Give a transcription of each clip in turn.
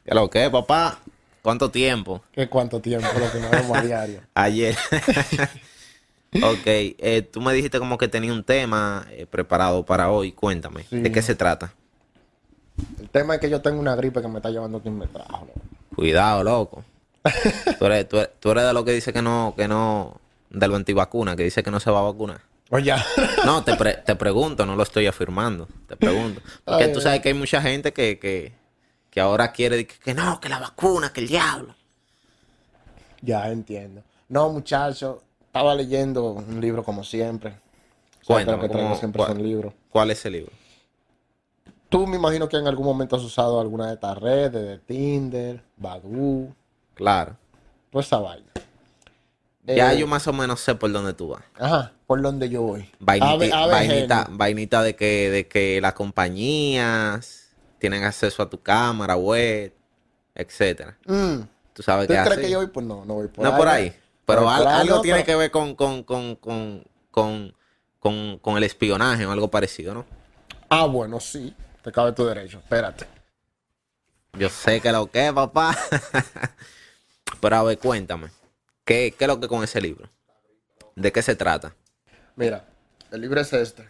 ¿Qué lo que, papá? ¿Cuánto tiempo? ¿Qué cuánto tiempo lo que nos vemos a diario? Ayer. Ok, tú me dijiste como que tenía un tema preparado para hoy. Cuéntame, ¿de qué Sí. se trata? El tema es que yo tengo una gripe que me está llevando quien me trajo, loco. Cuidado, loco. Tú eres de lo que dice que no, del antivacuna, que dice que no se va a vacunar. Oye, No, te pregunto, no lo estoy afirmando. Te pregunto. Porque tú sabes ay, que hay mucha gente que ahora quiere que no, que la vacuna, que el diablo. ya entiendo. No, muchacho, estaba leyendo un libro como siempre. O sea, que lo Cuéntame, que traigo siempre son libros. ¿cuál es el libro? Tú me imagino que en algún momento has usado alguna de estas redes, de Tinder, Badoo, Claro. toda esa vaina. Ya yo Eh, más o menos sé por dónde tú vas. ajá, por donde yo voy. Vainita, Ave vainita, genio. vainita de que las compañías tienen acceso a tu cámara web, etcétera. Mm, Tú sabes ¿Tú que es crees que así. yo voy? Pues no, no voy por No ahí, por ¿no? ahí. No voy Pero por ahí, algo no, tiene pero... que ver con el espionaje o algo parecido, ¿no? Ah, bueno, sí, te cabe tu derecho. Espérate. Yo sé que lo que es, papá. Pero a ver, cuéntame. ¿Qué es lo que con ese libro? ¿De qué se trata? Mira, el libro es este.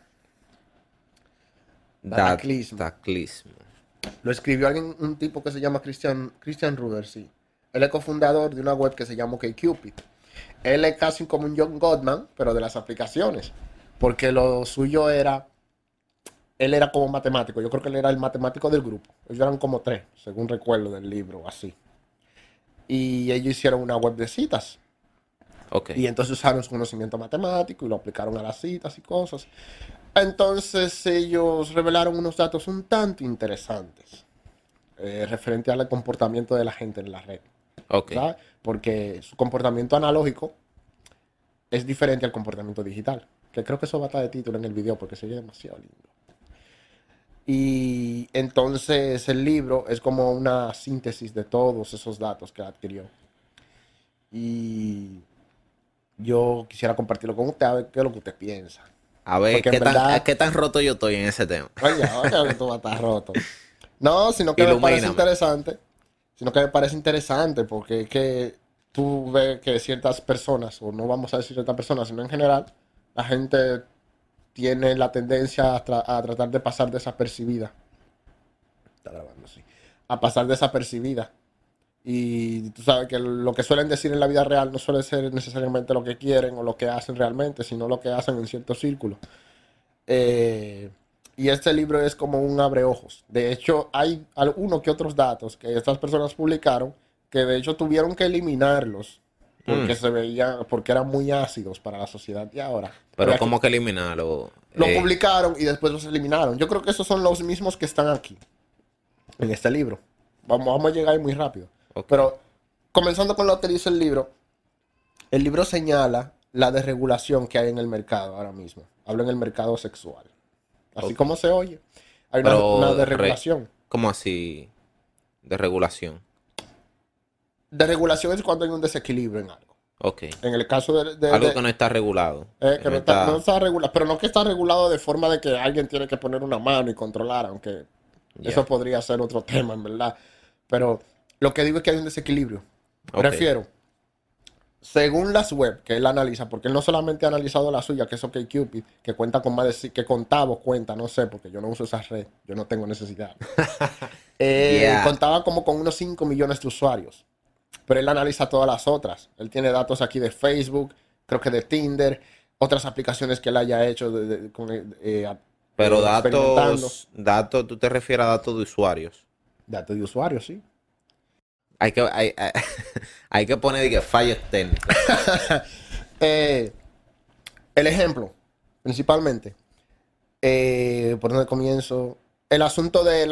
Cataclismo. Dataclismo. Lo escribió alguien, un tipo que se llama Christian Ruder, sí. Él es cofundador de una web que se llama OkCupid. Él es casi como un John Gottman, pero de las aplicaciones. Porque lo suyo era, él era como matemático. Yo creo que él era el matemático del grupo. Ellos eran como tres, según recuerdo del libro, así. Y ellos hicieron una web de citas. Ok. Y entonces usaron su conocimiento matemático y lo aplicaron a las citas y cosas. Entonces ellos revelaron unos datos un tanto interesantes referente al comportamiento de la gente en la red, Ok. ¿sabes? Porque su comportamiento analógico es diferente al comportamiento digital. Que creo que eso va a estar de título en el video porque se oye demasiado lindo. Y entonces el libro es como una síntesis de todos esos datos que adquirió. Y yo quisiera compartirlo con usted a ver qué es lo que usted piensa. A ver, Porque en verdad, qué tan roto yo estoy en ese tema? oye, que tú vas a estar roto. No, sino que me parece Ilumíname. interesante. Sino que me parece interesante porque es que tú ves que ciertas personas, o no vamos a decir ciertas personas, sino en general, la gente tiene la tendencia a tratar de pasar desapercibida. Está grabando, sí. A pasar desapercibida. Y tú sabes que lo que suelen decir en la vida real no suele ser necesariamente lo que quieren o lo que hacen realmente, sino lo que hacen en ciertos círculos. Eh, y este libro es como un abreojos. De hecho, hay algunos que otros datos que estas personas publicaron que de hecho tuvieron que eliminarlos Mm, porque se veían, porque eran muy ácidos para la sociedad de ahora. pero ¿cómo que eliminarlo? Lo publicaron y después los eliminaron. Yo creo que esos son los mismos que están aquí, en este libro. Vamos a llegar ahí muy rápido. Ok. Pero comenzando con lo que dice el libro señala la desregulación que hay en el mercado ahora mismo. Hablo en el mercado sexual. Así Ok. como se oye. Hay una Pero, desregulación. ¿cómo así de regulación? Desregulación es cuando hay un desequilibrio en algo. Ok. En el caso Algo que no está regulado. Que que no no está... está regulado, pero no que está regulado de forma de que alguien tiene que poner una mano y controlar, aunque eso Ya. podría ser otro tema, en verdad. Pero lo que digo es que hay un desequilibrio. Ok. Prefiero, según las web que él analiza, porque él no solamente ha analizado la suya, que es OkCupid, que cuenta con más que contaba o cuenta, no sé, porque yo no uso esa red, yo no tengo necesidad. Ya. Contaba como con unos 5 millones de usuarios, pero él analiza todas las otras. Él tiene datos aquí de Facebook, creo que de Tinder, otras aplicaciones que él haya hecho Pero experimentando. tú te refieres a datos de usuarios. Datos de usuarios, sí. Hay, hay que poner de que fallos técnicos. Eh, el ejemplo, principalmente, por donde comienzo, el asunto de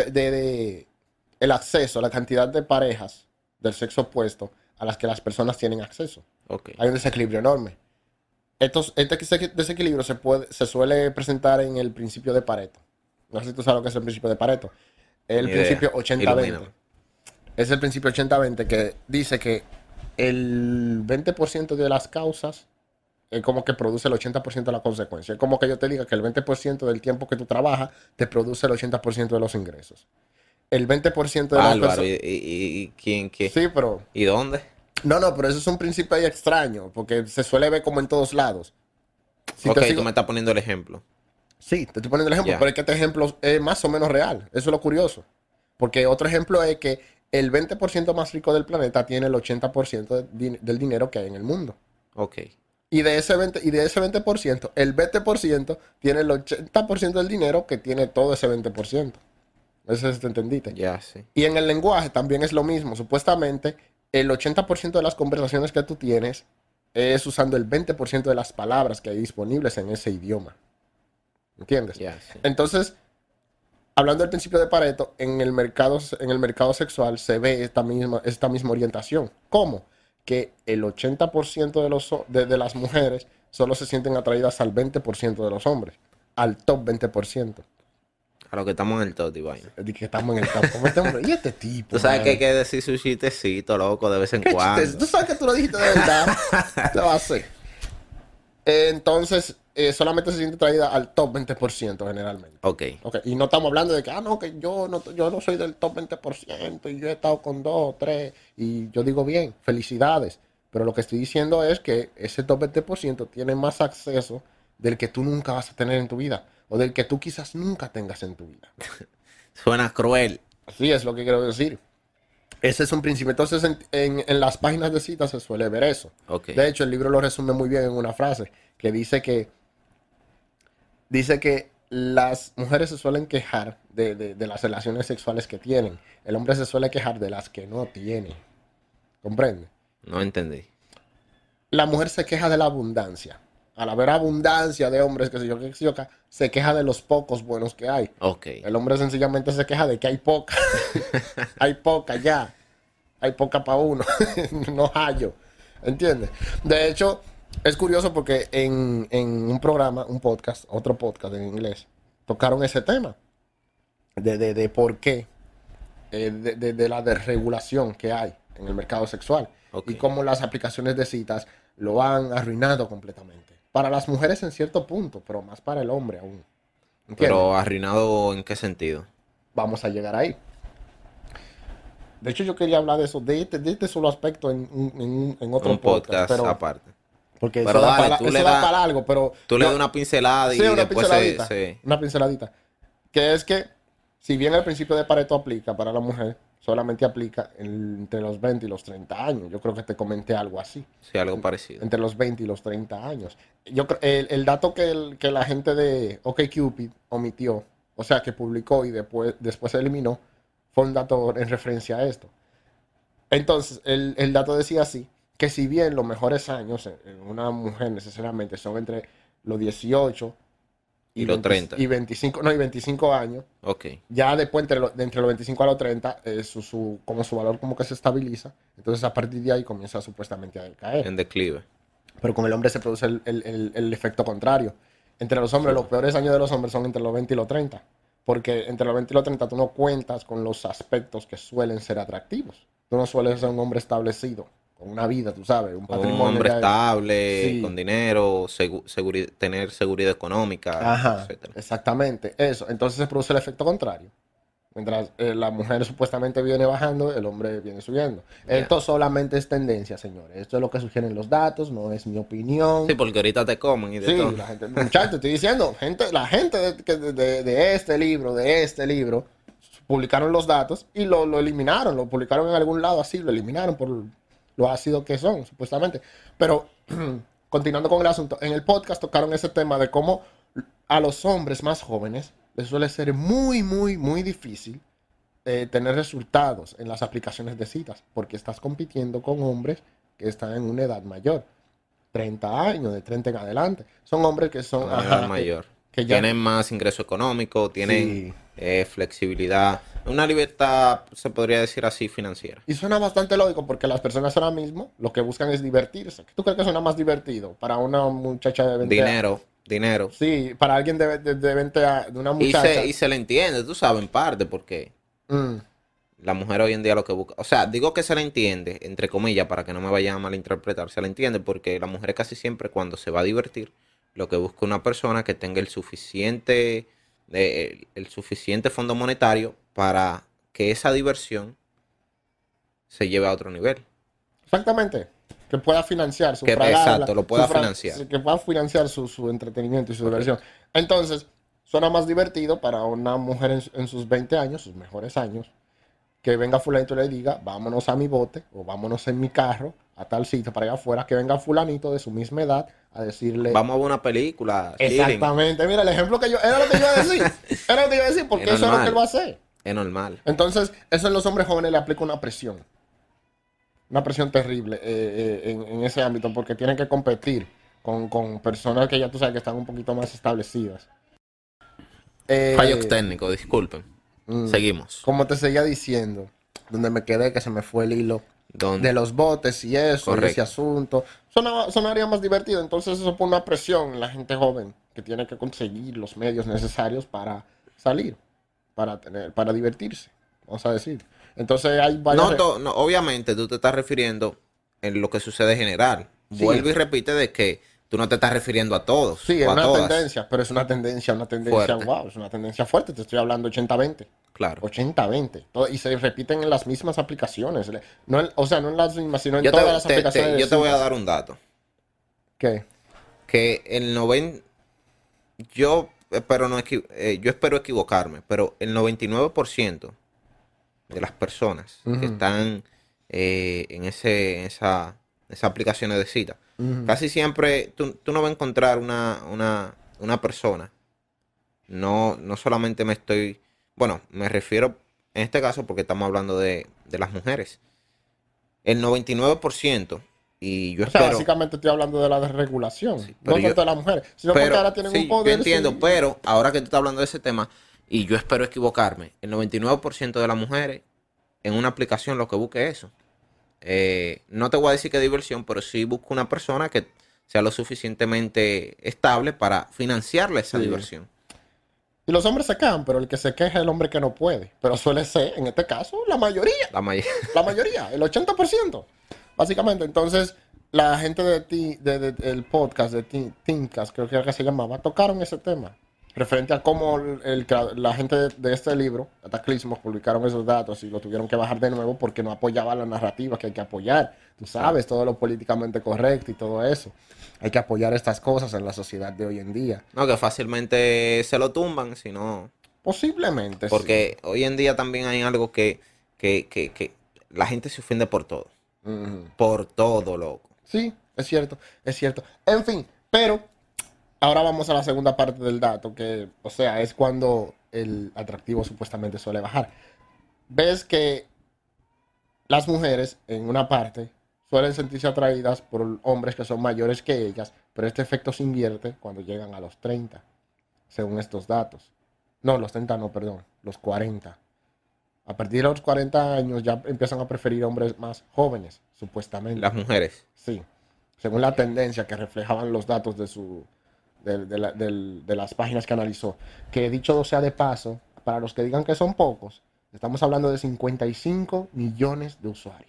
el acceso, la cantidad de parejas del sexo opuesto a las que las personas tienen acceso. Ok. Hay un desequilibrio enorme. Este desequilibrio se suele presentar en el principio de Pareto. No sé si tú sabes lo que es el principio de Pareto. Es el Ni principio idea. 80-20. Ilumíname. Es el principio 80-20 que dice que el 20% de las causas es como que produce el 80% de la consecuencia. Es como que yo te diga que el 20% del tiempo que tú trabajas te produce el 80% de los ingresos. el 20% de las Bárbaro. personas... ¿Y quién qué? Sí, pero... ¿Y dónde? No, pero eso es un principio ahí extraño, porque se suele ver como en todos lados. Si Ok, te tú sigo... me estás poniendo el ejemplo. Sí, te estoy poniendo el ejemplo, Ya. pero es que este ejemplo es más o menos real. Eso es lo curioso. Porque otro ejemplo es que el 20% más rico del planeta tiene el 80% del dinero que hay en el mundo. Ok. Y de ese 20%, el 20% tiene el 80% del dinero que tiene todo ese 20%. Eso es, ¿te entendiste? Ya, sí. Y en el lenguaje también es lo mismo. Supuestamente, el 80% de las conversaciones que tú tienes es usando el 20% de las palabras que hay disponibles en ese idioma. ¿Entiendes? Ya, sí. Entonces, hablando del principio de Pareto, en el mercado sexual se ve esta misma orientación. ¿Cómo? Que el 80% de las mujeres solo se sienten atraídas al 20% de los hombres, al top 20%. A lo que estamos en el top, y vaina. De que estamos en el top. Como este hombre, y este tipo, Tú sabes que hay man. que decir su chistecito, loco, de vez en ¿Qué chistes? cuando. Tú sabes que tú lo dijiste de verdad. Te va a hacer. Entonces, solamente se siente atraída al top 20% generalmente. Ok. Okay. Y no estamos hablando de que, no, que yo no soy del top 20% y yo he estado con 2 o 3 y yo digo bien, felicidades. Pero lo que estoy diciendo es que ese top 20% tiene más acceso del que tú nunca vas a tener en tu vida o del que tú quizás nunca tengas en tu vida. Suena cruel. Así es lo que quiero decir. Ese es un principio. Entonces, en las páginas de citas se suele ver eso. Ok. De hecho, el libro lo resume muy bien en una frase que dice que las mujeres se suelen quejar de las relaciones sexuales que tienen. El hombre se suele quejar de las que no tiene. ¿Comprende? No entendí. La mujer se queja de la abundancia. Al haber abundancia de hombres, qué sé yo, acá, se queja de los pocos buenos que hay. Ok. El hombre sencillamente se queja de que hay poca. Hay poca ya. Hay poca para uno. No hallo. ¿Entiendes? De hecho, es curioso porque en un programa, un podcast, otro podcast en inglés, tocaron ese tema de por qué, de la desregulación que hay en el mercado sexual Ok. y cómo las aplicaciones de citas lo han arruinado completamente. Para las mujeres en cierto punto, pero más para el hombre aún. ¿Entiendes? Pero arruinado ¿en qué sentido? Vamos a llegar ahí. De hecho, yo quería hablar de eso, de este solo aspecto en otro Un podcast, podcast pero aparte. porque Pero dale, eso da para algo, pero tú le yo- das una pincelada y sí, una después pinceladita, se... una pinceladita, que es que si bien el principio de Pareto aplica para la mujer, solamente aplica entre los 20 y los 30 años. Yo creo que te comenté algo así, Sí, algo parecido. entre los 20 y los 30 años. El dato que la gente de OkCupid omitió, o sea, que publicó y después se eliminó, fue un dato en referencia a esto. Entonces, el dato decía así, que si bien los mejores años en una mujer necesariamente son entre los 18 Y los 30. y 25, no, y 25 años, Ok. ya después entre los 25 a los 30, como su valor como que se estabiliza, entonces a partir de ahí comienza supuestamente a decaer. En declive. Pero con el hombre se produce el efecto contrario. Entre los hombres, los peores años de los hombres son entre los 20 y los 30. Porque entre los 20 y los 30 tú no cuentas con los aspectos que suelen ser atractivos. Tú no sueles ser un hombre establecido, con una vida, tú sabes, un Un patrimonio. hombre ya- estable, Sí. con dinero, tener seguridad económica, Ajá, etcétera. exactamente, eso. Entonces se produce el efecto contrario. Mientras la mujer supuestamente viene bajando, el hombre viene subiendo. Ya. Esto solamente es tendencia, señores. Esto es lo que sugieren los datos, no es mi opinión. Sí, porque ahorita te comen y de Sí, todo. la gente, muchachos, estoy diciendo, la gente de este libro, publicaron los datos y lo eliminaron, lo publicaron en algún lado así, lo eliminaron por lo ácido que son, supuestamente. Pero, continuando con el asunto, en el podcast tocaron ese tema de cómo a los hombres más jóvenes les suele ser muy, muy, muy difícil tener resultados en las aplicaciones de citas, porque estás compitiendo con hombres que están en una edad mayor. 30 años, de 30 en adelante. Son hombres que son Una edad mayor. que ya Tienen más ingreso económico, tienen Sí. flexibilidad, una libertad, se podría decir así, financiera. Y suena bastante lógico porque las personas ahora mismo lo que buscan es divertirse. ¿Qué tú crees que suena más divertido para una muchacha de 20 años? Dinero. Sí, para alguien de 20 años, de una Y muchacha. se le entiende, tú sabes, en parte, porque Mm, la mujer hoy en día lo que busca, o sea, digo que se le entiende, entre comillas, para que no me vayan a malinterpretar, se le entiende porque la mujer casi siempre cuando se va a divertir, lo que busca una persona que tenga el suficiente fondo monetario para que esa diversión se lleve a otro nivel. Exactamente. Que pueda financiar, Exacto, lo pueda financiar. Que pueda financiar su entretenimiento y su diversión. Entonces, suena más divertido para una mujer en sus 20 años, sus mejores años, que venga fulanito y le diga, vámonos a mi bote o vámonos en mi carro a tal sitio para allá afuera, que venga fulanito de su misma edad a decirle... Vamos a ver una película. Exactamente. Chilling. Mira, el ejemplo que yo... Era lo que yo iba a decir. Era lo que yo iba a decir, porque eso es lo que él va a hacer. Es normal. Entonces, eso en los hombres jóvenes le aplica una presión. Una presión terrible en ese ámbito, porque tienen que competir con personas que ya tú sabes que están un poquito más establecidas. Fallos técnicos, disculpen. Seguimos. Como te seguía diciendo, donde me quedé, que se me fue el hilo de los botes y eso, correcto, y ese asunto. Sonaría más divertido. Entonces eso pone una presión en la gente joven que tiene que conseguir los medios necesarios para salir, para divertirse, vamos a decir. Entonces hay varias... No, obviamente tú te estás refiriendo en lo que sucede en general. Sí. Vuelve y repite de que tú no te estás refiriendo a todos. Sí, es una tendencia, pero es una tendencia fuerte. Wow, es una tendencia fuerte. Te estoy hablando 80-20. Claro. 80-20. Y se repiten en las mismas aplicaciones. No en las mismas, sino en todas las aplicaciones. Yo te voy a dar un dato. ¿Qué? Que el 90... yo espero equivocarme, pero el 99% de las personas que están en esas aplicaciones de cita, casi siempre tú no vas a encontrar una persona. No solamente me refiero en este caso porque estamos hablando de las mujeres. El 99%, y yo espero... básicamente estoy hablando de la desregulación, sí, no tanto de las mujeres, sino porque ahora tienen un poder. Yo entiendo, pero ahora que tú estás hablando de ese tema, y yo espero equivocarme, el 99% de las mujeres en una aplicación lo que busque es eso. No te voy a decir que diversión, pero sí busco una persona que sea lo suficientemente estable para financiarle esa diversión. Y los hombres se quejan, pero el que se queja es el hombre que no puede. Pero suele ser, en este caso, la mayoría. La mayoría, el 80%. Básicamente, entonces, la gente del podcast, de Teamcast, creo que era que se llamaba, tocaron ese tema. Referente a cómo la gente de este libro, Cataclismos, publicaron esos datos y lo tuvieron que bajar de nuevo porque no apoyaba la narrativa que hay que apoyar. Tú sabes, todo lo políticamente correcto y todo eso. Hay que apoyar estas cosas en la sociedad de hoy en día. No, que fácilmente se lo tumban, sino... Posiblemente, porque sí. Hoy en día también hay algo que la gente se ofende por todo. Por todo, loco. Sí, es cierto, es cierto. En fin, pero... ahora vamos a la segunda parte del dato, que, o sea, es cuando el atractivo supuestamente suele bajar. Ves que las mujeres, en una parte, suelen sentirse atraídas por hombres que son mayores que ellas, pero este efecto se invierte cuando llegan a los 30, según estos datos. No, los 30 no, perdón, los 40. A partir de los 40 años ya empiezan a preferir hombres más jóvenes, supuestamente. Las mujeres. Sí, según la tendencia que reflejaban los datos de las páginas que analizó. Que dicho sea de paso, para los que digan que son pocos, estamos hablando de 55 millones de usuarios.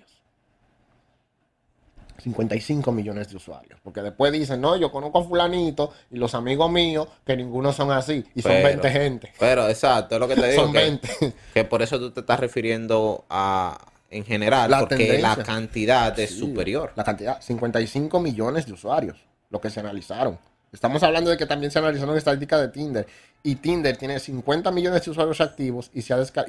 55 millones de usuarios. Porque después dicen, no, yo conozco a fulanito y los amigos míos, que ninguno son así. Y son 20 gente. Pero, exacto, es lo que te digo. Son 20. Que por eso tú te estás refiriendo a... en general, porque tendencia. La cantidad es superior. La cantidad, 55 millones de usuarios, lo que se analizaron. Estamos hablando de que también se analizaron estadísticas de Tinder. Y Tinder tiene 50 millones de usuarios activos y se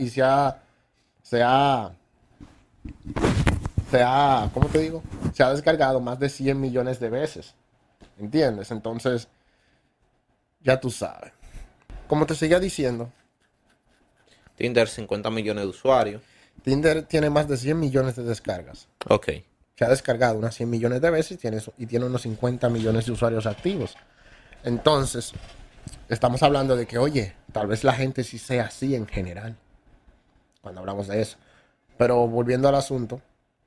ha descargado más de 100 millones de veces. ¿Entiendes? Entonces, ya tú sabes. Como te seguía diciendo, Tinder, 50 millones de usuarios. Tinder tiene más de 100 millones de descargas. Ok. Se ha descargado unas 100 millones de veces y tiene unos 50 millones de usuarios activos. Entonces, estamos hablando de que, oye, tal vez la gente sí sea así en general, cuando hablamos de eso. Pero volviendo al asunto,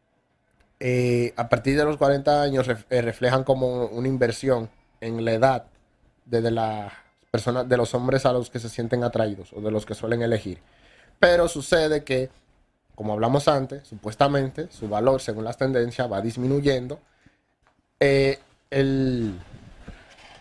a partir de los 40 años reflejan como una inversión en la edad de las personas, de los hombres a los que se sienten atraídos o de los que suelen elegir. Pero sucede que, como hablamos antes, supuestamente su valor, según las tendencias, va disminuyendo.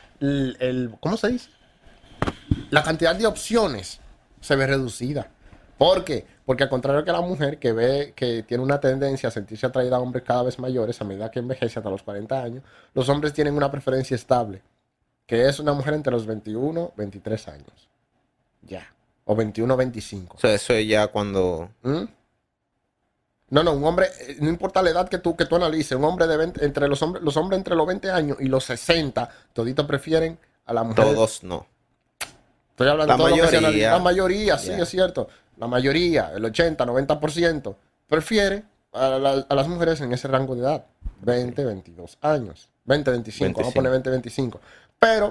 ¿Cómo se dice? La cantidad de opciones se ve reducida. ¿Por qué? Porque al contrario que la mujer que ve que tiene una tendencia a sentirse atraída a hombres cada vez mayores a medida que envejece hasta los 40 años, los hombres tienen una preferencia estable, que es una mujer entre los 21 23 años. Ya. O 21 25. O sea, eso es ya cuando... ¿Mm? No, no, un hombre, no importa la edad que tú analices, un hombre de 20, entre los hombres entre los 20 años y los 60, toditos prefieren a la mujer. Todos no. Estoy hablando La de todo lo que se analiza. La mayoría. mayoría, sí, Ya. es cierto. La mayoría, el 80, 90%, prefiere a las mujeres en ese rango de edad. Sí. 20, 22 años. 20, 25, vamos a poner 25. 20, 25. Pero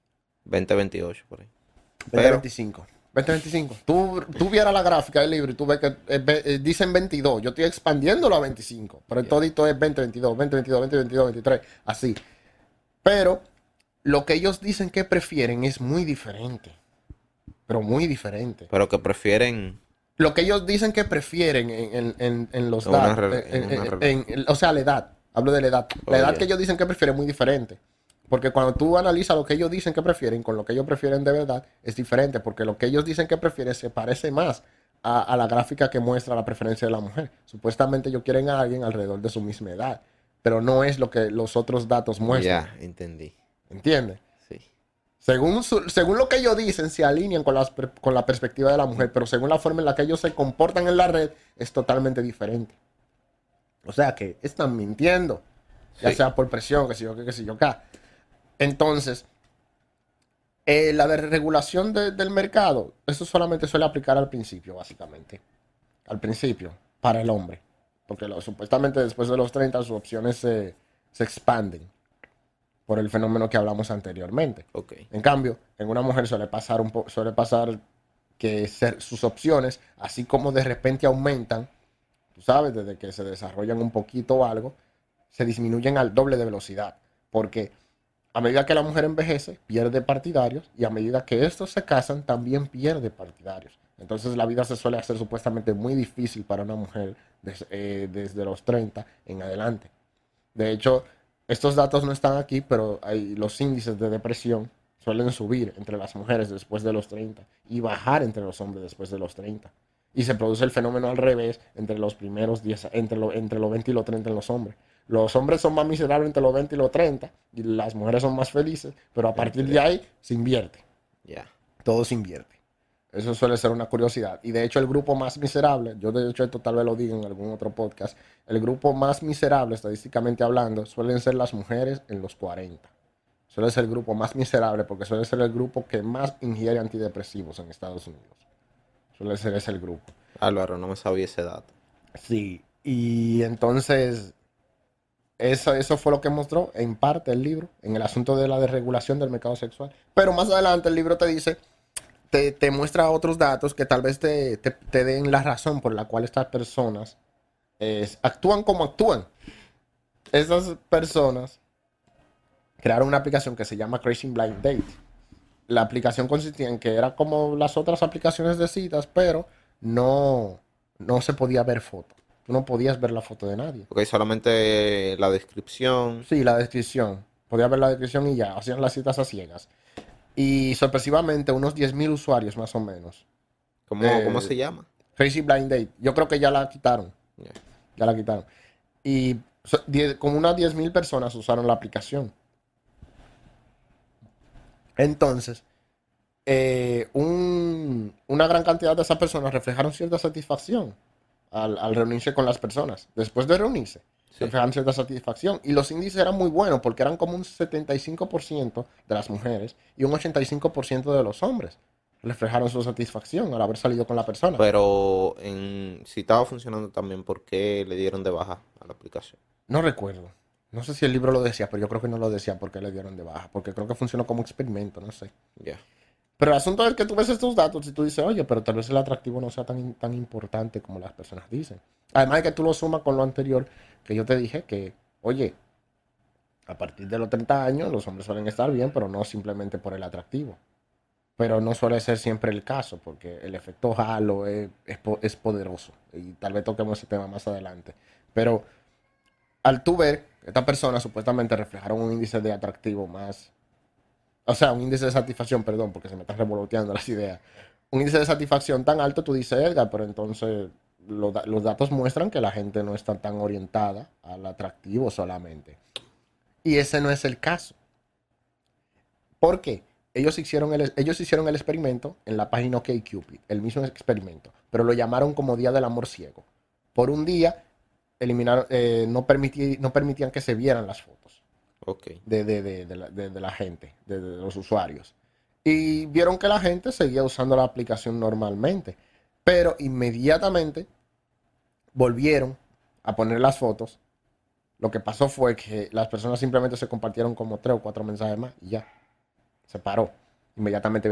20-28 por ahí. 20, Pero 25. 20, 25. Tú vieras la gráfica del libro y tú ves que dicen 22. Yo estoy expandiéndolo a 25. Pero ya. todito es 20, 22, 20, 22, 20, 22, 23. Así. Pero lo que ellos dicen que prefieren es muy diferente. Pero muy diferente. Pero que prefieren Lo que ellos dicen que prefieren en los en una, datos, en una relación. o sea, la edad, hablo de la edad. La Oh, edad que ya. ellos dicen que prefieren es muy diferente. Porque cuando tú analizas lo que ellos dicen que prefieren con lo que ellos prefieren de verdad, es diferente. Porque lo que ellos dicen que prefieren se parece más a la gráfica que muestra la preferencia de la mujer. Supuestamente ellos quieren a alguien alrededor de su misma edad. Pero no es lo que los otros datos muestran. Ya, entendí. ¿Entiendes? Sí. Según lo que ellos dicen, se alinean con la perspectiva de la mujer, pero según la forma en la que ellos se comportan en la red, es totalmente diferente. O sea que están mintiendo, ya Sí. sea por presión, que sé yo, que sé yo, acá. Entonces, la desregulación del mercado, eso solamente suele aplicar al principio, básicamente. Al principio, para el hombre. Porque supuestamente después de los 30 sus opciones se expanden por el fenómeno que hablamos anteriormente. Ok. En cambio, en una mujer suele pasar que sus opciones, así como de repente aumentan, tú sabes, desde que se desarrollan un poquito o algo, se disminuyen al doble de velocidad. Porque a medida que la mujer envejece, pierde partidarios y a medida que estos se casan, también pierde partidarios. Entonces la vida se suele hacer supuestamente muy difícil para una mujer desde los 30 en adelante. De hecho, estos datos no están aquí, pero los índices de depresión suelen subir entre las mujeres después de los 30 y bajar entre los hombres después de los 30. Y se produce el fenómeno al revés entre los primeros 10, entre los 20 y los 30 en los hombres. Los hombres son más miserables entre los 20 y los 30 y las mujeres son más felices, pero a partir de Entre. ahí se invierte. Ya. Todo se invierte. Eso suele ser una curiosidad. Y de hecho el grupo más miserable, yo de hecho esto tal vez lo diga en algún otro podcast, el grupo más miserable, estadísticamente hablando, suelen ser las mujeres en los 40. Suele ser el grupo más miserable porque suele ser el grupo que más ingiere antidepresivos en Estados Unidos. Suele ser ese el grupo. Álvaro, no me sabía ese dato. Sí. Y entonces, eso fue lo que mostró en parte el libro, en el asunto de la desregulación del mercado sexual. Pero más adelante el libro te dice te muestra otros datos que tal vez te den la razón por la cual estas personas actúan como actúan. Esas personas crearon una aplicación que se llama Crazy Blind Date. La aplicación consistía en que era como las otras aplicaciones de citas, pero no, no se podía ver foto. Tú no podías ver la foto de nadie. Ok, solamente la descripción. Sí, la descripción. Podías ver la descripción y ya, hacían las citas a ciegas. Y sorpresivamente unos 10.000 usuarios más o menos. ¿Cómo Eh, se llama? Crazy Blind Date. Yo creo que ya la quitaron. Ya. Ya la quitaron. Y como unas 10.000 personas usaron la aplicación. Entonces, una gran cantidad de esas personas reflejaron cierta satisfacción al reunirse con las personas. Después de reunirse, Sí. reflejaron cierta satisfacción. Y los índices eran muy buenos porque eran como un 75% de las mujeres y un 85% de los hombres reflejaron su satisfacción al haber salido con la persona. Pero si estaba funcionando también, ¿por qué le dieron de baja a la aplicación? No recuerdo. No sé si el libro lo decía, pero yo creo que no lo decía porque le dieron de baja. Porque creo que funcionó como experimento, no sé. Ya. Pero el asunto es que tú ves estos datos y tú dices, oye, pero tal vez el atractivo no sea tan importante como las personas dicen. Además de que tú lo sumas con lo anterior que yo te dije, que, oye, a partir de los 30 años los hombres suelen estar bien, pero no simplemente por el atractivo. Pero no suele ser siempre el caso, porque el efecto halo es poderoso. Y tal vez toquemos ese tema más adelante. Pero al tú ver que estas personas supuestamente reflejaron un índice de atractivo O sea, un índice de satisfacción, perdón, porque se me están revoloteando las ideas. Un índice de satisfacción tan alto, tú dices, Edgar, pero entonces los datos muestran que la gente no está tan orientada al atractivo solamente. Y ese no es el caso. ¿Por qué? Ellos hicieron el experimento en la página OkCupid, el mismo experimento, pero lo llamaron como Día del Amor Ciego. Por un día eliminaron, no permitían que se vieran las fotos Ok. de la gente, de los usuarios. Y vieron que la gente seguía usando la aplicación normalmente, pero inmediatamente volvieron a poner las fotos. Lo que pasó fue que las personas simplemente se compartieron como 3 o 4 mensajes más y ya. Se paró. Inmediatamente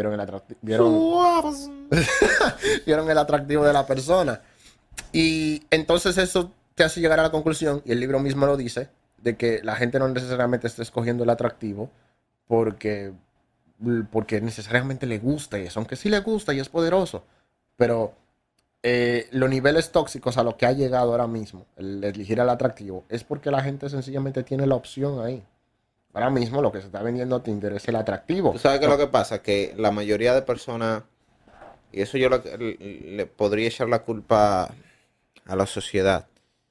vieron el atractivo de la persona. Y entonces eso te hace llegar a la conclusión, y el libro mismo lo dice, de que la gente no necesariamente está escogiendo el atractivo porque, porque necesariamente le gusta y eso, aunque sí le gusta y es poderoso. Pero los niveles tóxicos a los que ha llegado ahora mismo, el elegir el atractivo, es porque la gente sencillamente tiene la opción ahí. Ahora mismo lo que se está vendiendo a Tinder es el atractivo. ¿Tú sabes qué es lo que pasa? Que la mayoría de personas, y eso yo le podría echar la culpa a la sociedad.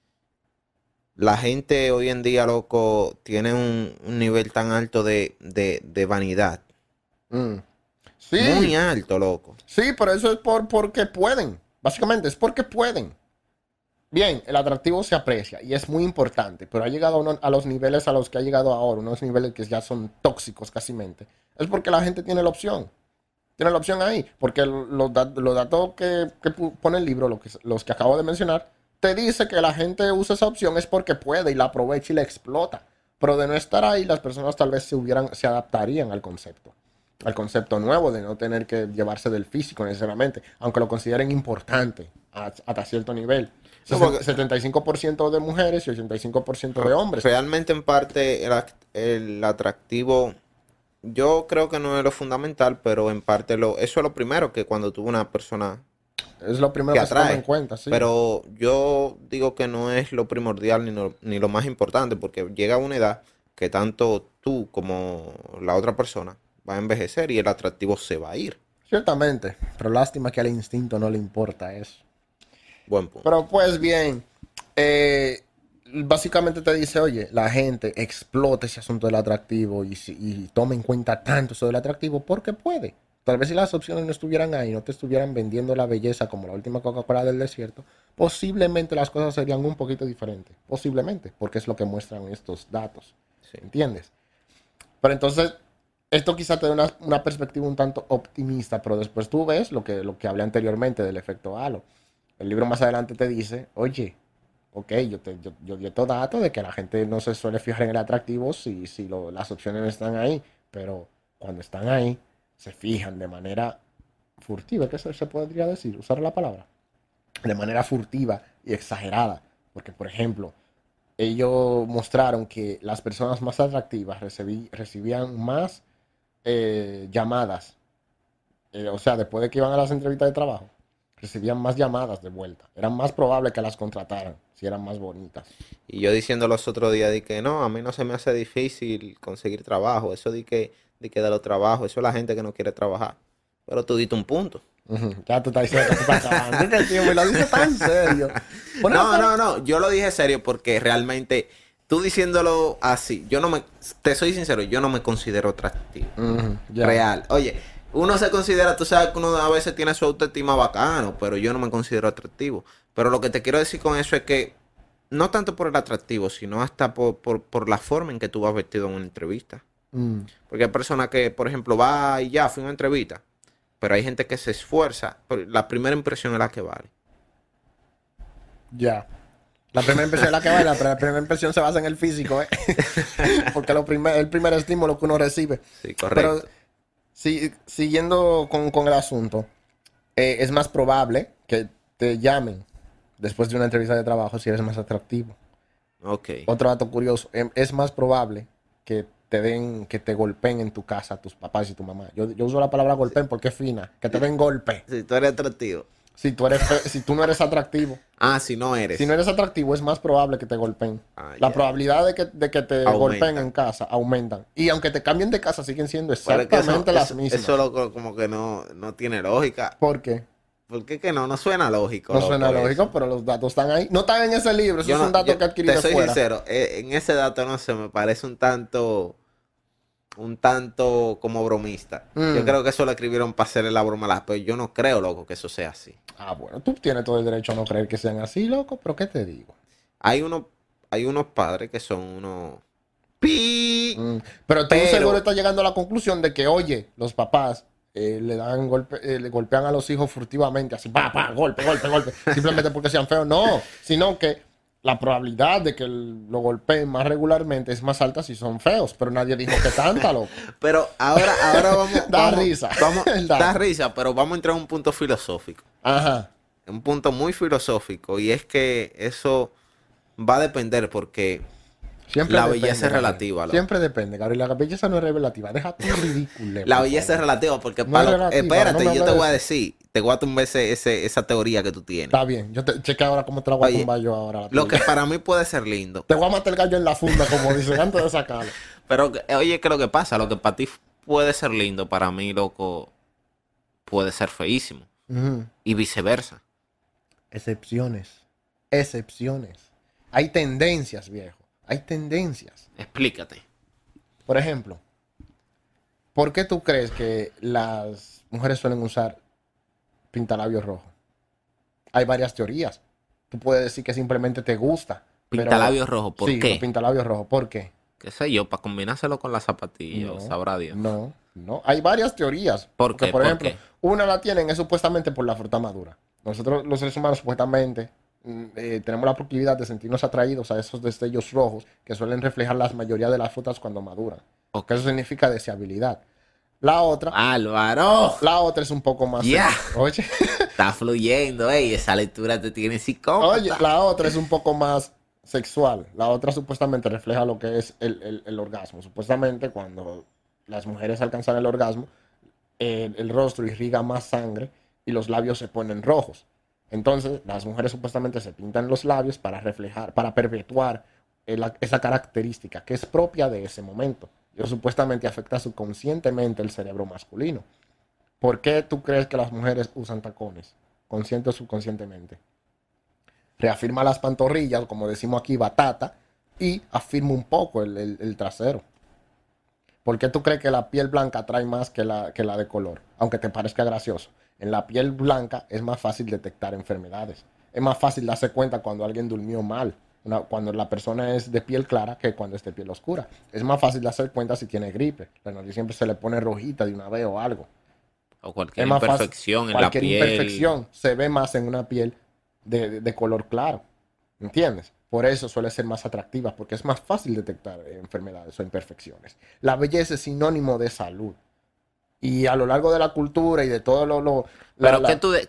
La gente hoy en día, loco, tiene un nivel tan alto de vanidad. Mm. Muy Sí, alto, loco. sí, pero eso es porque pueden. Básicamente es porque pueden. Bien, el atractivo se aprecia y es muy importante, pero ha llegado a los niveles a los que ha llegado ahora, unos niveles que ya son tóxicos casi mente. Es porque la gente tiene la opción. Tiene la opción ahí, porque los datos que pone el libro, los que acabo de mencionar, te dice que la gente usa esa opción es porque puede y la aprovecha y la explota. Pero de no estar ahí, las personas tal vez se adaptarían al concepto nuevo de no tener que llevarse del físico necesariamente, aunque lo consideren importante hasta cierto nivel. No, porque 75% de mujeres y 85% de hombres. realmente en parte el atractivo, yo creo que no es lo fundamental, pero en parte eso es lo primero que cuando tú una persona Es lo primero que que se toma en atrae. cuenta, sí. Pero yo digo que no es lo primordial ni lo más importante, porque llega una edad que tanto tú como la otra persona va a envejecer y el atractivo se va a ir. Ciertamente, pero lástima que al instinto no le importa eso. Buen punto. Pero pues bien, básicamente te dice, oye, la gente explota ese asunto del atractivo y toma en cuenta tanto eso del atractivo porque puede. Tal vez si las opciones no estuvieran ahí, no te estuvieran vendiendo la belleza como la última Coca-Cola del desierto, posiblemente las cosas serían un poquito diferentes. Posiblemente, porque es lo que muestran estos datos. Sí. ¿Entiendes? Pero entonces, esto quizá te dé una perspectiva un tanto optimista, pero después tú ves lo que hablé anteriormente del efecto halo. El libro más adelante te dice, oye, ok, yo di estos datos de que la gente no se suele fijar en el atractivo si las opciones no están ahí, pero cuando están ahí, se fijan de manera furtiva, ¿qué se podría decir? Usar la palabra. De manera furtiva y exagerada. Porque, por ejemplo, ellos mostraron que las personas más atractivas recibían más llamadas, o sea, después de que iban a las entrevistas de trabajo, recibían más llamadas de vuelta. Era más probable que las contrataran si eran más bonitas. Y yo diciendo los otros días de que no, a mí no se me hace difícil conseguir trabajo. Eso de que de los trabajos, eso es la gente que no quiere trabajar. Pero tú diste un punto. Ujú. Ya tú estás diciendo que tú estás acabando. Es que, tío, me lo dices tan serio. No, yo lo dije serio porque realmente tú diciéndolo así, te soy sincero, yo no me considero atractivo. Ujú, ya. Real. Oye, uno se considera, tú sabes que uno a veces tiene su autoestima bacano, pero yo no me considero atractivo. Pero lo que te quiero decir con eso es que no tanto por el atractivo, sino hasta por la forma en que tú vas vestido en una entrevista. Mm, Porque hay personas que, por ejemplo, va y ya, fue una entrevista. Pero hay gente que se esfuerza. La primera impresión es la que vale. ya. La primera impresión es la que baila, pero la primera impresión se basa en el físico, ¿eh? Porque el primer estímulo que uno recibe. Sí, Pero correcto. siguiendo con el asunto, es más probable que te llamen después de una entrevista de trabajo si eres más atractivo. Ok. Otro dato curioso, es más probable que que te golpeen en tu casa tus papás y tu mamá. Yo uso la palabra golpeen porque es fina, que te den golpe. Si tú eres atractivo. Si tú no eres atractivo. Ah, si no eres. Si no eres atractivo, es más probable que te golpeen. La Ya. probabilidad de que te golpeen en casa aumentan. Y aunque te cambien de casa, siguen siendo exactamente las mismas. Eso como que no tiene lógica. ¿Por qué? Porque es que no suena lógico. No suena lógico, eso. pero los datos están ahí. No están en ese libro, eso es un dato que adquirí Te de soy fuera. sincero, en ese dato no sé, me parece un tanto como bromista. Yo creo que eso lo escribieron para hacerle la broma a las, pero yo no creo, loco, que eso sea así. Ah, bueno, tú tienes todo el derecho a no creer que sean así, loco, pero ¿qué te digo? Hay unos padres que son unos pi. Pero tú seguro estás llegando a la conclusión de que, oye, los papás le dan le golpean a los hijos furtivamente, así, golpe, simplemente porque sean feos. No, sino que la probabilidad de que lo golpeen más regularmente es más alta si son feos, pero nadie dijo que tanta, loco. Pero ahora vamos. Da risa. Da risa, pero vamos a entrar a un punto filosófico. Ajá. Un punto muy filosófico, y es que eso va a depender porque la belleza es relativa. Siempre depende, Gabriel. La belleza no es relativa. Déjate ridículo. La belleza es relativa porque espérate, yo te voy a decir, te voy a tumbar esa teoría que tú tienes. Está bien, yo te cheque ahora cómo te la voy a tumbar yo ahora. Lo que para mí puede ser lindo. Te voy a matar el gallo en la funda, como dicen, antes de sacarlo. Pero oye, ¿qué es lo que pasa? Lo que para ti puede ser lindo, para mí, loco, puede ser feísimo. Y viceversa. Excepciones. Hay tendencias, viejo. Hay tendencias. Explícate. Por ejemplo, ¿por qué tú crees que las mujeres suelen usar pintalabios rojos? Hay varias teorías. Tú puedes decir que simplemente te gusta. Pintalabios rojos, ¿por qué? Sí, pintalabios rojos. ¿Por qué? ¿Qué sé yo? Para combinárselo con las zapatillas, sabrá Dios. No. Hay varias teorías. ¿Por qué? Por ejemplo, una la tienen es supuestamente por la fruta madura. Nosotros, los seres humanos, supuestamente tenemos la proclividad de sentirnos atraídos a esos destellos rojos que suelen reflejar la mayoría de las frutas cuando maduran. Okay. Eso significa deseabilidad. La otra... ¡Álvaro! La otra es un poco más... ¡Ya! Oye. Está fluyendo, esa lectura te tiene psicópata. Oye, la otra es un poco más sexual. La otra supuestamente refleja lo que es el orgasmo. Supuestamente cuando las mujeres alcanzan el orgasmo, el rostro irriga más sangre y los labios se ponen rojos. Entonces, las mujeres supuestamente se pintan los labios para reflejar, para perpetuar esa característica que es propia de ese momento. Y eso supuestamente afecta subconscientemente el cerebro masculino. ¿Por qué tú crees que las mujeres usan tacones? Consciente o subconscientemente. Reafirma las pantorrillas, como decimos aquí, batata, y afirma un poco el trasero. ¿Por qué tú crees que la piel blanca atrae más que la de color? Aunque te parezca gracioso. En la piel blanca es más fácil detectar enfermedades. Es más fácil darse cuenta cuando alguien durmió mal. Cuando la persona es de piel clara que cuando es de piel oscura. Es más fácil darse cuenta si tiene gripe. La nariz siempre se le pone rojita de una vez o algo. O cualquier imperfección en la piel. Cualquier imperfección se ve más en una piel de color claro. ¿Entiendes? Por eso suele ser más atractiva, porque es más fácil detectar enfermedades o imperfecciones. La belleza es sinónimo de salud. Y a lo largo de la cultura y de todo Pero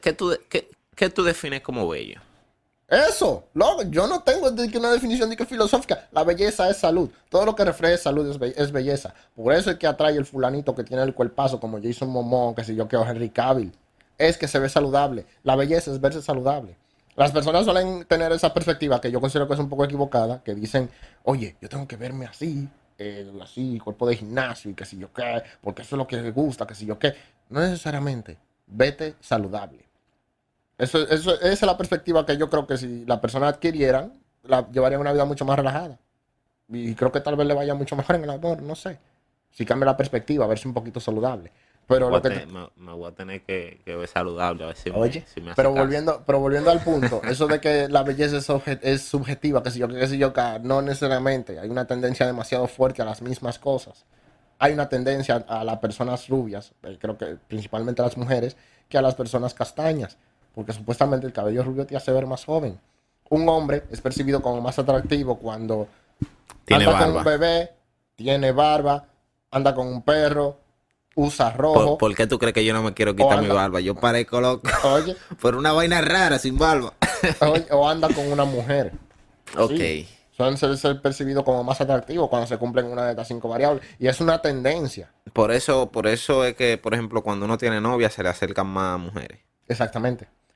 ¿qué tú defines como bello? Eso, loco, yo no tengo una definición de que filosófica. La belleza es salud. Todo lo que refleje salud es belleza. Por eso es que atrae el fulanito que tiene el cuerpazo como Jason Momoa, que si yo quiero Henry Cavill. Es que se ve saludable. La belleza es verse saludable. Las personas suelen tener esa perspectiva que yo considero que es un poco equivocada, que dicen, oye, yo tengo que verme así, cuerpo de gimnasio y que si yo qué, porque eso es lo que me gusta, que si yo qué. No necesariamente. Vete saludable. Esa es la perspectiva que yo creo que si la persona adquirieran, llevarían una vida mucho más relajada. Y creo que tal vez le vaya mucho mejor en el amor, no sé. Si cambia la perspectiva, verse un poquito saludable. Pero me voy a tener que ver saludable, a ver si oye, si me hace pero caso. volviendo al punto, eso de que la belleza es subjetiva, que si yo, no necesariamente. Hay una tendencia demasiado fuerte a las mismas cosas. Hay una tendencia a las personas rubias, creo que principalmente a las mujeres, que a las personas castañas. Porque supuestamente el cabello rubio te hace ver más joven. Un hombre es percibido como más atractivo cuando anda con un bebé, tiene barba, anda con un perro, usa rojo. ¿Por qué tú crees que yo no me quiero quitar mi barba? Yo parezco loco. Oye. Por una vaina rara, sin barba. O anda con una mujer. Ok. Sí. Suelen ser percibidos como más atractivos cuando se cumplen una de estas 5 variables. Y es una tendencia. Por eso es que, por ejemplo, cuando uno tiene novia, se le acercan más mujeres. Exactamente.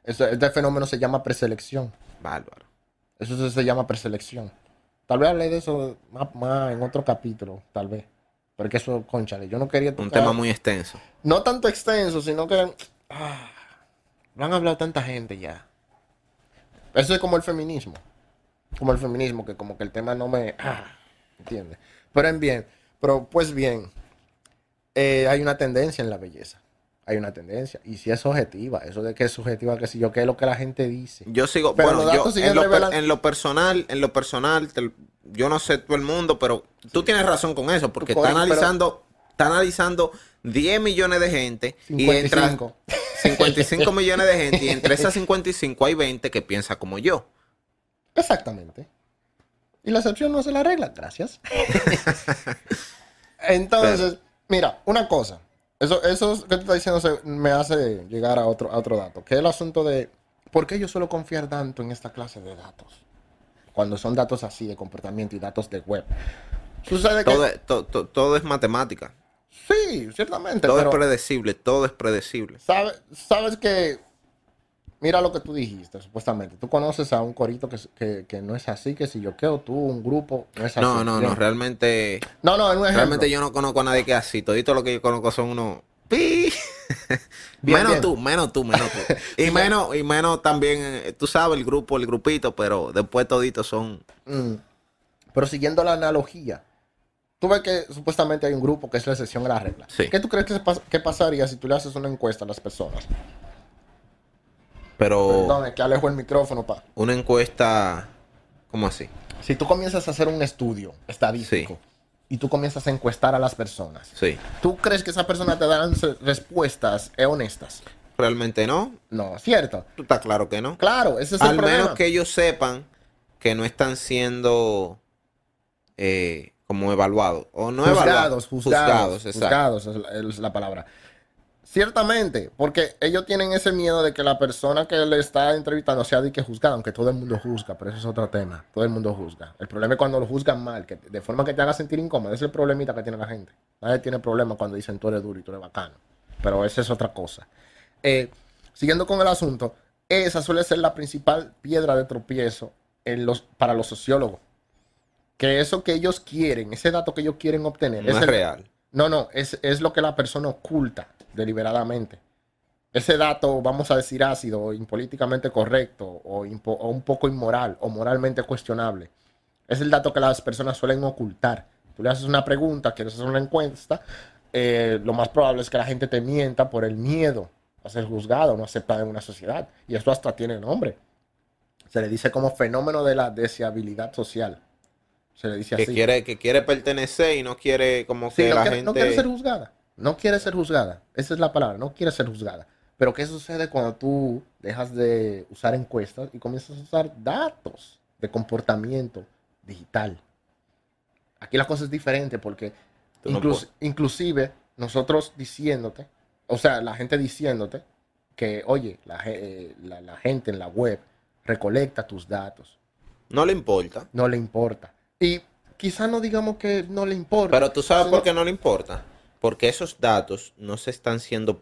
Este fenómeno se llama preselección. Bárbaro. Eso se llama preselección. Tal vez hablé de eso más en otro capítulo, tal vez. Porque eso, cónchale, yo no quería tocar... Un tema muy extenso. No tanto extenso, sino que... lo han hablado tanta gente ya. Eso es como el feminismo. Como el feminismo, que como que el tema no me... ¿entiendes? Pero pues bien, hay una tendencia en la belleza. Hay una tendencia. Y si es objetiva, eso de que es subjetiva, que si yo, que es lo que la gente dice. Yo sigo, Pero bueno, los datos siguen revelando... en lo personal, yo no sé todo el mundo, pero tú tienes razón con eso, porque está analizando 10 millones de gente 55. y 55 millones de gente, y entre esas 55 hay 20 que piensa como yo. Exactamente. Y la excepción no hace la regla. Gracias. Entonces, mira, una cosa. Eso que tú estás diciendo me hace llegar a otro dato, que es el asunto de por qué yo suelo confiar tanto en esta clase de datos. Cuando son datos así de comportamiento y datos de web. Sucede que... Todo es matemática. Sí, ciertamente. Todo es predecible, todo es predecible. Sabes que... Mira lo que tú dijiste, supuestamente. Tú conoces a un corito que no es así, que si yo quedo tú, un grupo, no es así. No, realmente... No, en un ejemplo. Realmente yo no conozco a nadie que es así. Todito lo que yo conozco son unos... ¡Pi! Menos tú. Y menos también, tú sabes, el grupito, pero después toditos son... Pero siguiendo la analogía, tú ves que supuestamente hay un grupo que es la excepción a la regla. Sí. ¿Qué tú crees que pasaría si tú le haces una encuesta a las personas? Pero... Perdón, es que alejo el micrófono, pa. Una encuesta... ¿Cómo así? Si tú comienzas a hacer un estudio estadístico y tú comienzas a encuestar a las personas, ¿tú crees que esas personas te darán respuestas honestas? Realmente no. No, ¿cierto? Tú estás claro que no. Claro, ese es el problema. Al menos que ellos sepan que no están siendo como evaluados. O no juzgados, juzgados, exacto. Juzgados es la palabra. Ciertamente, porque ellos tienen ese miedo de que la persona que le está entrevistando sea de que juzgada, aunque todo el mundo juzga, pero eso es otro tema. Todo el mundo juzga. El problema es cuando lo juzgan mal, que de forma que te haga sentir incómodo. Ese es el problemita que tiene la gente. Nadie tiene problema cuando dicen tú eres duro y tú eres bacano. Pero esa es otra cosa. Siguiendo con el asunto, esa suele ser la principal piedra de tropiezo para los sociólogos. Que eso que ellos quieren, ese dato que ellos quieren obtener, No es real. No, es lo que la persona oculta deliberadamente. Ese dato, vamos a decir ácido, impolíticamente correcto, o un poco inmoral, o moralmente cuestionable, es el dato que las personas suelen ocultar. Tú le haces una pregunta, quieres hacer una encuesta, lo más probable es que la gente te mienta por el miedo a ser juzgado, no aceptado en una sociedad. Y esto hasta tiene nombre. Se le dice como fenómeno de la deseabilidad social. Se le dice así. Que quiere pertenecer y no quiere como que la gente... No quiere ser juzgada. No quiere ser juzgada. Esa es la palabra. No quiere ser juzgada. Pero ¿qué sucede cuando tú dejas de usar encuestas y comienzas a usar datos de comportamiento digital? Aquí la cosa es diferente porque inclusive nosotros diciéndote, o sea, la gente diciéndote que, oye, la gente en la web recolecta tus datos. No le importa. No le importa. Y quizá no digamos que no le importa. Pero tú sabes por qué no le importa. Porque esos datos no se están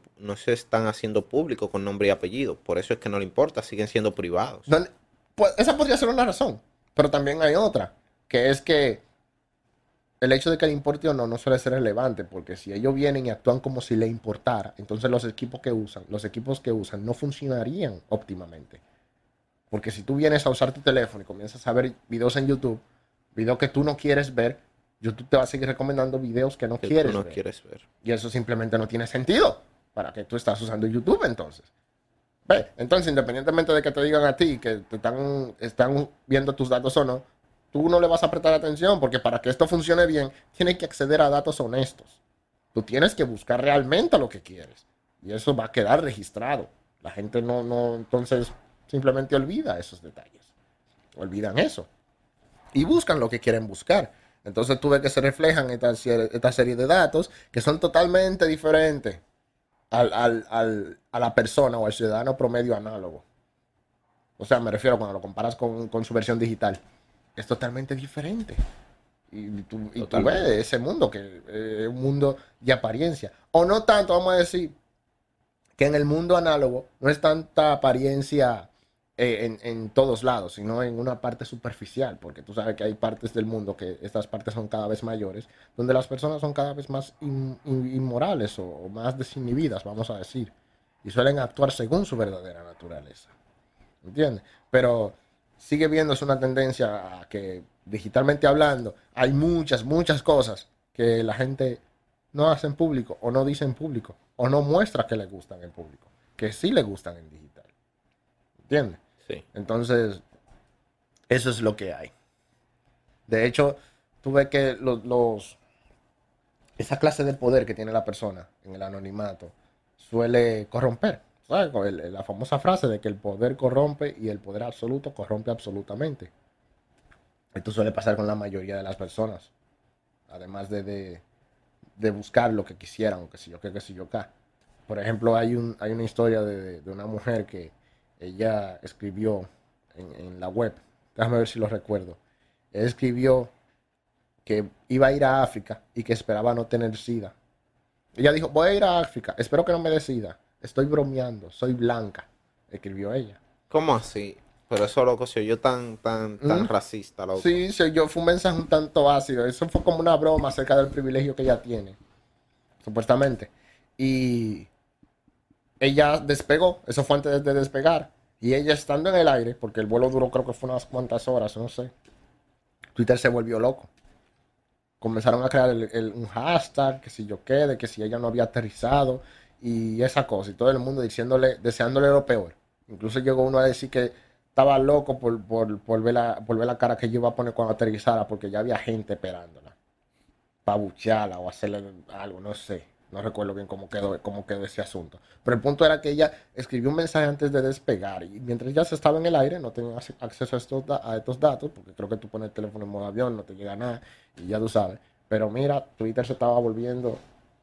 haciendo públicos con nombre y apellido. Por eso es que no le importa, siguen siendo privados. Pues esa podría ser una razón. Pero también hay otra, que es que el hecho de que le importe o no suele ser relevante, porque si ellos vienen y actúan como si le importara, entonces los equipos que usan no funcionarían óptimamente. Porque si tú vienes a usar tu teléfono y comienzas a ver videos en YouTube, videos que tú no quieres ver, YouTube te va a seguir recomendando videos que no quieres ver. Y eso simplemente no tiene sentido. ¿Para qué tú estás usando YouTube entonces? Entonces, independientemente de que te digan a ti que te están viendo tus datos o no, tú no le vas a prestar atención, porque para que esto funcione bien, tienes que acceder a datos honestos. Tú tienes que buscar realmente lo que quieres. Y eso va a quedar registrado. La gente entonces simplemente olvida esos detalles. Olvidan eso. Y buscan lo que quieren buscar. Entonces tú ves que se reflejan esta serie de datos que son totalmente diferentes a la persona o al ciudadano promedio análogo. O sea, me refiero cuando lo comparas con su versión digital. Es totalmente diferente. Y tú ves ese mundo, que es un mundo de apariencia. O no tanto, vamos a decir, que en el mundo análogo no es tanta apariencia en todos lados, sino en una parte superficial, porque tú sabes que hay partes del mundo que estas partes son cada vez mayores, donde las personas son cada vez más inmorales o más desinhibidas, vamos a decir, y suelen actuar según su verdadera naturaleza. ¿Entiendes? Pero sigue viéndose una tendencia a que, digitalmente hablando, hay muchas cosas que la gente no hace en público, o no dice en público, o no muestra que le gustan en público, que sí le gustan en digital. ¿Entiendes? Sí. Entonces, eso es lo que hay. De hecho, tú ves que esa clase de poder que tiene la persona en el anonimato suele corromper. ¿Sabes? La famosa frase de que el poder corrompe y el poder absoluto corrompe absolutamente. Esto suele pasar con la mayoría de las personas. Además de buscar lo que quisieran, o qué sé yo, acá. Por ejemplo, hay una historia de una mujer que ella escribió en la web. Déjame ver si lo recuerdo. Ella escribió que iba a ir a África y que esperaba no tener SIDA. Ella dijo, voy a ir a África, espero que no me dé SIDA. Estoy bromeando, soy blanca, escribió ella. ¿Cómo así? Pero eso, loco, se oyó tan ¿Mm? racista, loco. Sí, fue un mensaje un tanto ácido. Eso fue como una broma acerca del privilegio que ella tiene, supuestamente. Y ella despegó, eso fue antes de despegar. Y ella estando en el aire, porque el vuelo duró creo que fue unas cuantas horas, no sé. Twitter se volvió loco. Comenzaron a crear un hashtag, que si yo qué, de que si ella no había aterrizado y esa cosa. Y todo el mundo deseándole lo peor. Incluso llegó uno a decir que estaba loco por ver la cara que yo iba a poner cuando aterrizara, porque ya había gente esperándola. Para buchearla o hacerle algo, no sé. No recuerdo bien cómo quedó ese asunto. Pero el punto era que ella escribió un mensaje antes de despegar. Y mientras ya se estaba en el aire, no tenía acceso a estos datos, porque creo que tú pones el teléfono en modo avión, no te llega nada, y ya tú sabes. Pero mira, Twitter se estaba volviendo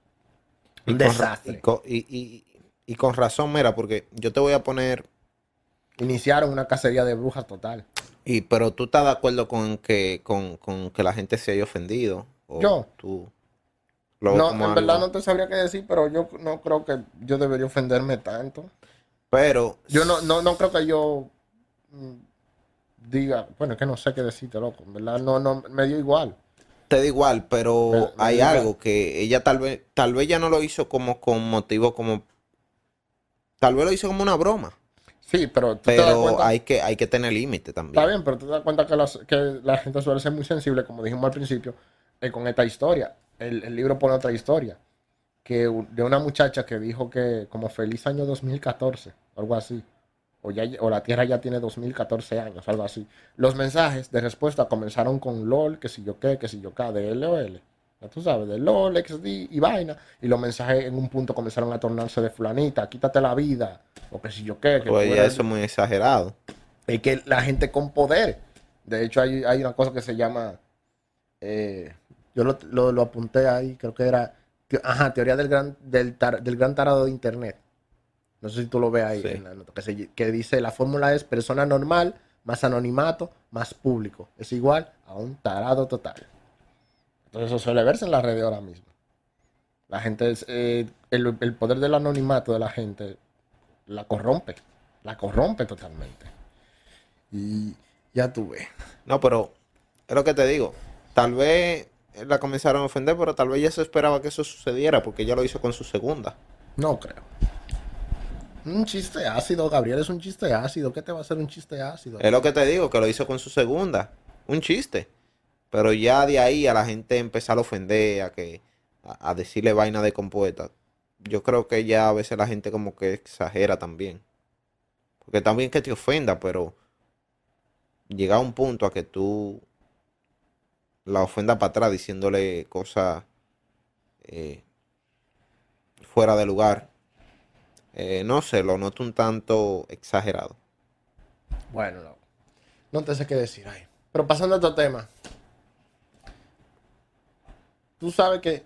Y un con, ra- desastre. y con razón, mira, porque yo te voy a poner. Iniciaron una cacería de brujas total. Pero tú estás de acuerdo con que la gente se haya ofendido. O Yo, tú lo ves no, como en verdad algo. no te sabría qué decir, pero yo no creo que yo debería ofenderme tanto. Pero Yo no creo que yo mm, diga, bueno, es que no sé qué decirte, loco. En verdad, no, me dio igual. te da igual, pero Me hay dio igual. algo que ella tal vez ya no lo hizo como con motivo como. Tal vez lo hizo como una broma. Sí, pero tú te das Pero cuenta, hay que tener límite está también. bien, pero tú te das cuenta que la gente suele ser muy sensible, como dijimos al principio, con esta historia. El libro pone otra historia, de una muchacha que dijo que como feliz año 2014, algo así. O la Tierra ya tiene 2014 años, algo así. Los mensajes de respuesta comenzaron con LOL, que si yo qué, que si yo qué, de LOL. Ya tú sabes, de LOL, XD y vaina. Y los mensajes en un punto comenzaron a tornarse de fulanita, quítate la vida. O que si yo qué, que Pues tú ya eres. eso es muy exagerado. Es que la gente con poder. De hecho, hay una cosa que se llama. eh, yo lo apunté ahí, creo que era. Teoría del gran tarado de Internet. No sé si tú lo ves ahí en Sí. la nota, que dice la fórmula es persona normal más anonimato más público. Es igual a un tarado total. Entonces eso suele verse en las redes ahora mismo. La gente el poder del anonimato de la gente la corrompe. La corrompe totalmente. Y ya tú ves. No, pero es lo que te digo. Tal vez la comenzaron a ofender, pero tal vez ya se esperaba que eso sucediera porque ella lo hizo con su segunda. No creo. Un chiste ácido, Gabriel, es un chiste ácido. ¿Qué te va a hacer un chiste ácido a Es lo ti? que te digo, que lo hizo con su segunda. Un chiste. Pero ya de ahí a la gente empezar a ofender, a decirle vaina de compuesta. Yo creo que ya a veces la gente como que exagera también. Porque también que te ofenda, pero llega a un punto a que tú la ofendas para atrás diciéndole cosas eh, fuera de lugar. No sé, lo noto un tanto exagerado. Bueno, no te sé qué decir ahí. Pero pasando a otro tema. Tú sabes que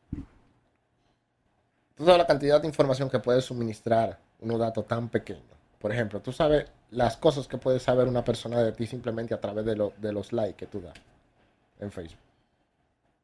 tú sabes la cantidad de información que puede suministrar unos datos tan pequeños. Por ejemplo, tú sabes las cosas que puede saber una persona de ti simplemente a través de los likes que tú das en Facebook.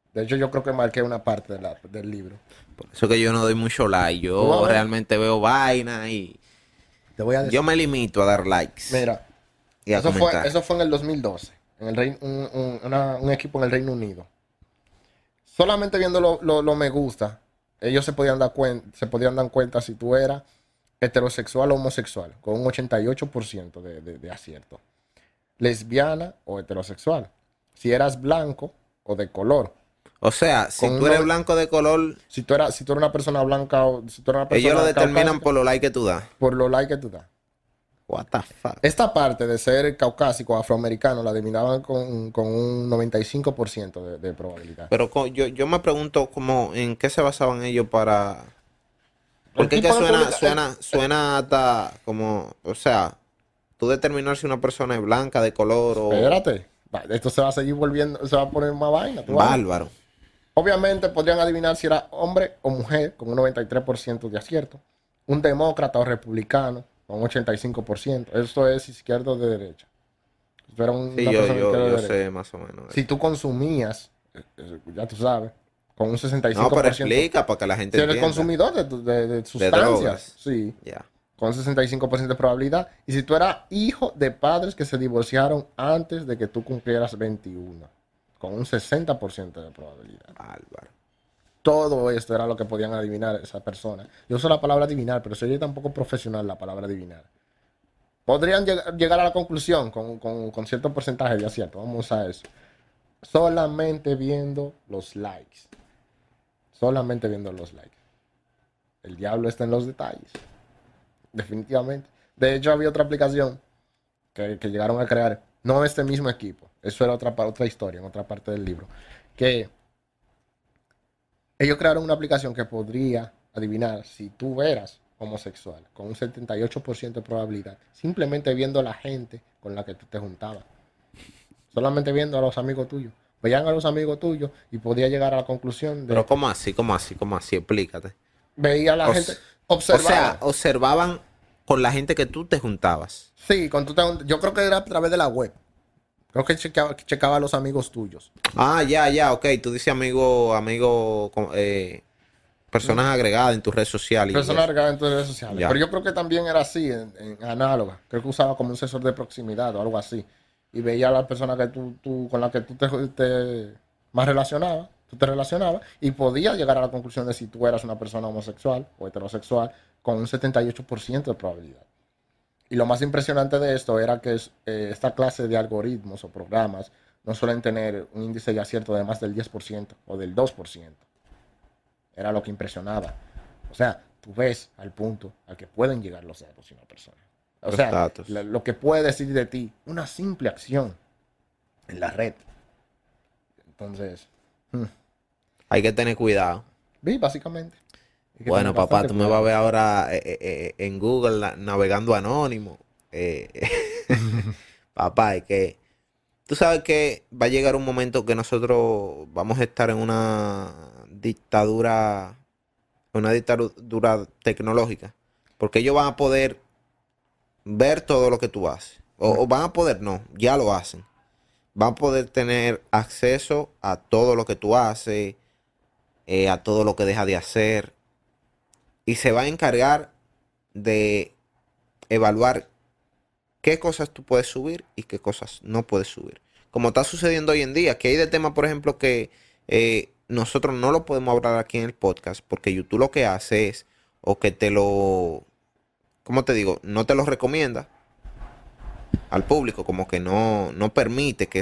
De hecho, yo creo que marqué una parte del libro. Por eso que yo no doy mucho like. Tú vas a Yo ver, realmente veo vaina y te voy a yo decir. me limito a dar likes Mira, y a comentar. eso fue en el 2012, en el un equipo en el Reino Unido. Solamente viendo lo me gusta, ellos se podían dar cuenta si tú eras heterosexual o homosexual, con un 88% de acierto. Lesbiana o heterosexual. Si eras blanco o de color. O sea, si Con tú un eres nove- blanco de color, si tú eres una persona blanca o si tú eres una ellos lo persona determinan caucásica, por los likes que tú das. por los likes que tú das. What the fuck. Esta parte de ser caucásico o afroamericano la adivinaban con un 95% de probabilidad. Pero yo me pregunto como en qué se basaban ellos para... El Porque es que tipo de publica... suena hasta como, o sea, tú determinar si una persona es blanca, de color o Espérate. Esto se va a seguir volviendo, se va a poner más vaina. Tú vas a ver. bárbaro. Obviamente podrían adivinar si era hombre o mujer con un 93% de acierto. Un demócrata o republicano con un 85%. Eso es izquierdo o de derecha. Si tú eras Sí, una persona de izquierda o de yo derecha. sé más o menos. Si tú consumías, ya tú sabes, con un No, pero 65%. explica para que la gente Si eres entienda. consumidor de De sustancias, drogas. sí, Ya. con 65% de probabilidad. Y si tú eras hijo de padres que se divorciaron antes de que tú cumplieras 21, con un 60% de probabilidad. Bárbaro. Todo esto era lo que podían adivinar esa persona. Yo uso la palabra adivinar, pero soy tampoco profesional la palabra adivinar. Podrían llegar a la conclusión con cierto porcentaje de acierto. Vamos a usar eso. Solamente viendo los likes. Solamente viendo los likes. El diablo está en los detalles. Definitivamente. De hecho, había otra aplicación que llegaron a crear. No este mismo equipo. Eso era otra historia, en otra parte del libro. Que ellos crearon una aplicación que podría adivinar si tú eras homosexual con un 78% de probabilidad. Simplemente viendo a la gente con la que tú te juntabas. Solamente viendo a los amigos tuyos. Veían a los amigos tuyos y podía llegar a la conclusión de... Pero ¿cómo así? ¿Cómo así? ¿Cómo así? Explícate. Veía a la O, gente... s- o sea, Observaba. observaban con la gente que tú te juntabas. Sí, yo creo que era a través de la web. Creo que checaba a los amigos tuyos. Ah, ya, ok. Tú dices personas agregadas en tu red social y Personas eso. regadas en tus redes sociales. Ya. Pero yo creo que también era así, en análoga. Creo que usaba como un sensor de proximidad o algo así. Y veía a la persona que con la que tú te más relacionabas, tú te relacionabas, y podía llegar a la conclusión de si tú eras una persona homosexual o heterosexual con un 78% de probabilidad. Y lo más impresionante de esto era que esta clase de algoritmos o programas no suelen tener un índice de acierto de más del 10% o del 2%. Era lo que impresionaba. O sea, tú ves al punto al que pueden llegar los datos de una persona. O Los sea, datos. lo que puede decir de ti una simple acción en la red. Entonces, Hay que tener cuidado. vi básicamente. Hay que Bueno, tener papá, bastante tú me vas a cuidado. ver ahora en Google navegando anónimo. Papá, es que tú sabes que va a llegar un momento que nosotros vamos a estar en una dictadura tecnológica, porque ellos van a poder ver todo lo que tú haces. O van a poder, no, ya lo hacen. Van a poder tener acceso a todo lo que tú haces, a todo lo que dejas de hacer. Y se va a encargar de evaluar qué cosas tú puedes subir y qué cosas no puedes subir. Como está sucediendo hoy en día, que hay de temas, por ejemplo, que nosotros no lo podemos hablar aquí en el podcast, porque YouTube lo que hace es, o que ¿cómo te digo? No te lo recomienda al público, como que no permite que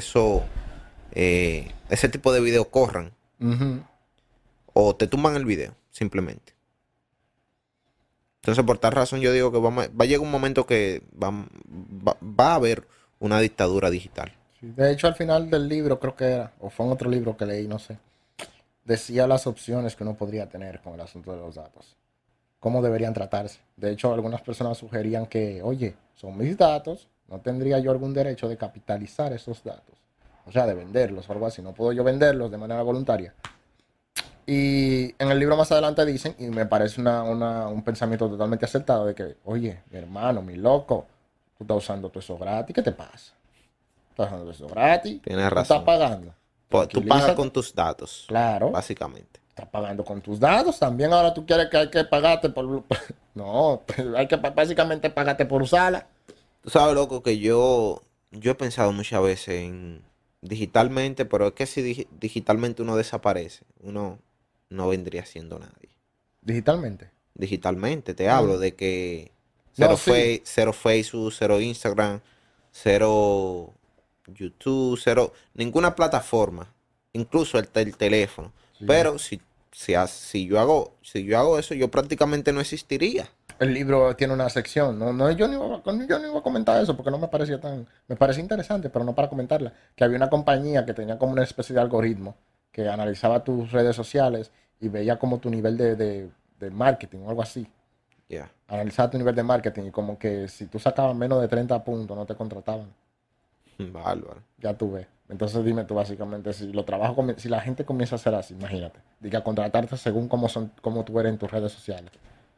ese tipo de videos corran, Ujú. o te tumban el video, simplemente. Entonces, por tal razón, yo digo que va a llegar un momento que va a haber una dictadura digital. Sí, de hecho, al final del libro, creo que era, o fue en otro libro que leí, no sé, decía las opciones que uno podría tener con el asunto de los datos. Cómo deberían tratarse. De hecho, algunas personas sugerían que, oye, son mis datos, no tendría yo algún derecho de capitalizar esos datos. O sea, de venderlos o algo así. No puedo yo venderlos de manera voluntaria. Y en el libro más adelante dicen, y me parece un pensamiento totalmente acertado, de que, oye, mi hermano, mi loco, tú estás usando todo eso gratis, ¿qué te pasa? Estás usando todo eso gratis, Tienes tú estás razón. pagando. Pues tú pagas con tus datos. Claro. Básicamente. Estás pagando con tus datos. También ahora tú quieres que hay que pagarte por... No, hay que básicamente pagarte por usarla. Tú sabes, loco, que yo he pensado muchas veces en digitalmente, pero es que si digitalmente uno desaparece, uno no vendría siendo nadie. Digitalmente. Digitalmente, te hablo de que No, sí. cero Facebook, cero Instagram, cero YouTube, cero ninguna plataforma, incluso el teléfono. Sí. Pero si yo hago eso, yo prácticamente no existiría. El libro tiene una sección. No, no, yo no iba a comentar eso porque no me parecía tan... Me parecía interesante, pero no para comentarla. Que había una compañía que tenía como una especie de algoritmo que analizaba tus redes sociales y veía como tu nivel de marketing o algo así. Ya. Analizaba tu nivel de marketing y como que si tú sacabas menos de 30 puntos no te contrataban. Bárbaro. Ya tú ves. Entonces dime tú básicamente si los trabajos si la gente comienza a hacer así, imagínate. Diga contratarte según cómo tú eres en tus redes sociales.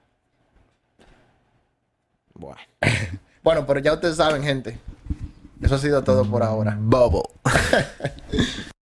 Bueno. Bueno, pero ya ustedes saben, gente. Eso ha sido todo por ahora. Bobo.